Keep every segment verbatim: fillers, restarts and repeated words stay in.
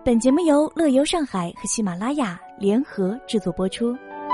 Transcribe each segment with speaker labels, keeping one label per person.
Speaker 1: 本节目由乐游上海和喜马拉雅联合制作播出。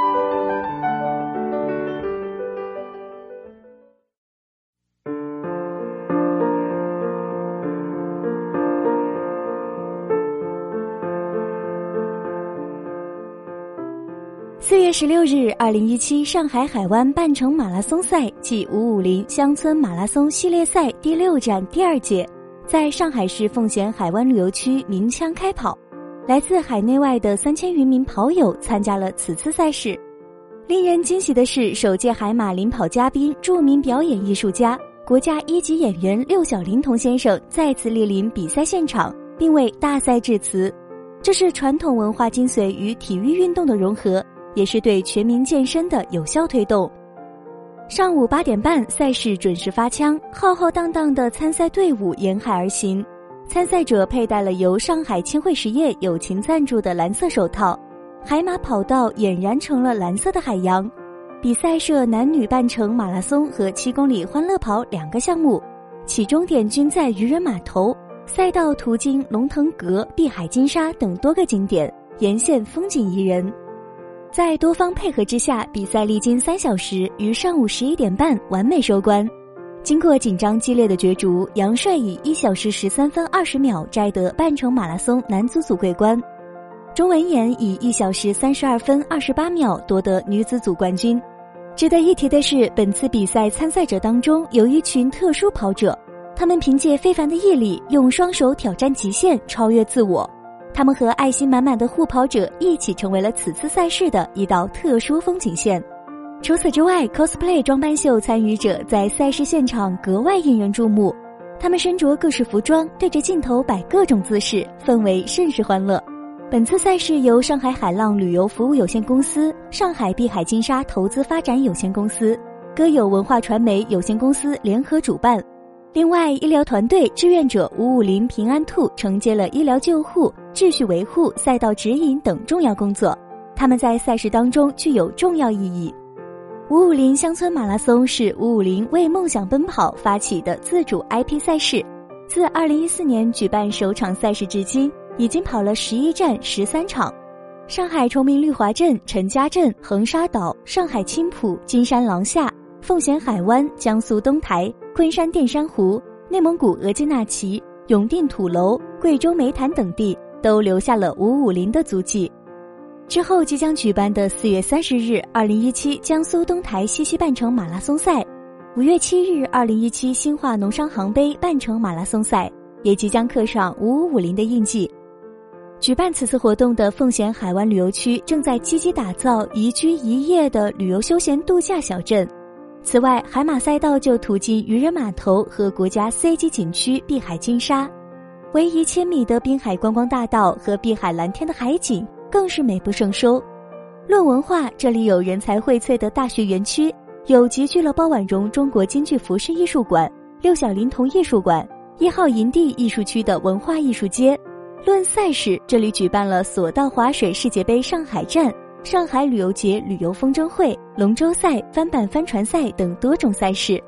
Speaker 1: 四月十六日，二零一七上海海湾半程马拉松赛暨五五零乡村马拉松系列赛第六站第二届，在上海市奉贤海湾旅游区鸣枪开跑。来自海内外的三千余名跑友参加了此次赛事。令人惊喜的是，首届海马领跑嘉宾、著名表演艺术家、国家一级演员六小龄童先生再次莅临比赛现场，并为大赛致辞。这是传统文化精髓与体育运动的融合，也是对全民健身的有效推动。上午八点半，赛事准时发枪，浩浩荡荡的参赛队伍沿海而行。参赛者佩戴了由上海千惠实业友情赞助的蓝色手套，海马跑道俨然成了蓝色的海洋。比赛设男女半程马拉松和七公里欢乐跑两个项目，起终点均在渔人码头，赛道途经龙腾阁、碧海金沙等多个景点，沿线风景宜人。在多方配合之下，比赛历经三小时，于上午十一点半完美收官。经过紧张激烈的角逐，杨帅以一小时十三分二十秒摘得半程马拉松男子组桂冠，钟文妍以一小时三十二分二十八秒夺得女子组冠军。值得一提的是，本次比赛参赛者当中有一群特殊跑者，他们凭借非凡的毅力，用双手挑战极限，超越自我。他们和爱心满满的护跑者一起成为了此次赛事的一道特殊风景线。除此之外， cosplay 装扮秀参与者在赛事现场格外引人注目，他们身着各式服装，对着镜头摆各种姿势，氛围甚是欢乐。本次赛事由上海海浪旅游服务有限公司、上海碧海金沙投资发展有限公司、歌友文化传媒有限公司联合主办。另外，医疗团队、志愿者五五零平安兔承接了医疗救护、秩序维护、赛道指引等重要工作，他们在赛事当中具有重要意义。五五零乡村马拉松是五五零为梦想奔跑发起的自主 I P 赛事，自二零一四年举办首场赛事至今，已经跑了十一站十三场。上海崇明绿华镇、陈家镇、横沙岛、上海青浦、金山廊下、奉贤海湾、江苏东台、昆山淀山湖、内蒙古额济纳旗、永定土楼、贵州梅潭等地都留下了五五零的足迹。之后即将举办的四月三十日二零一七江苏东台西溪半程马拉松赛，五月七日二零一七兴化农商行杯半程马拉松赛也即将刻上五五五零的印记。举办此次活动的奉贤海湾旅游区正在积极打造宜居宜业的旅游休闲度假小镇。此外，海马赛道就途经渔人码头和国家 C 级景区碧海金沙，围一千米的滨海观光大道和碧海蓝天的海景更是美不胜收。论文化，这里有人才荟萃的大学园区，有集聚了包婉容中国京剧服饰艺术馆、六小龄童艺术馆、一号营地艺术区的文化艺术街。论赛事，这里举办了索道滑水世界杯上海站、上海旅游节旅游风筝会、龙舟赛、帆板帆船赛等多种赛事。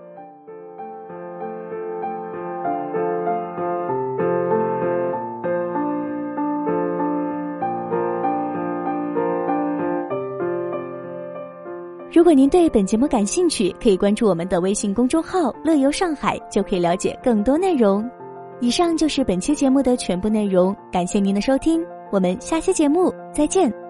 Speaker 1: 如果您对本节目感兴趣，可以关注我们的微信公众号乐游上海，就可以了解更多内容。以上就是本期节目的全部内容，感谢您的收听，我们下期节目再见。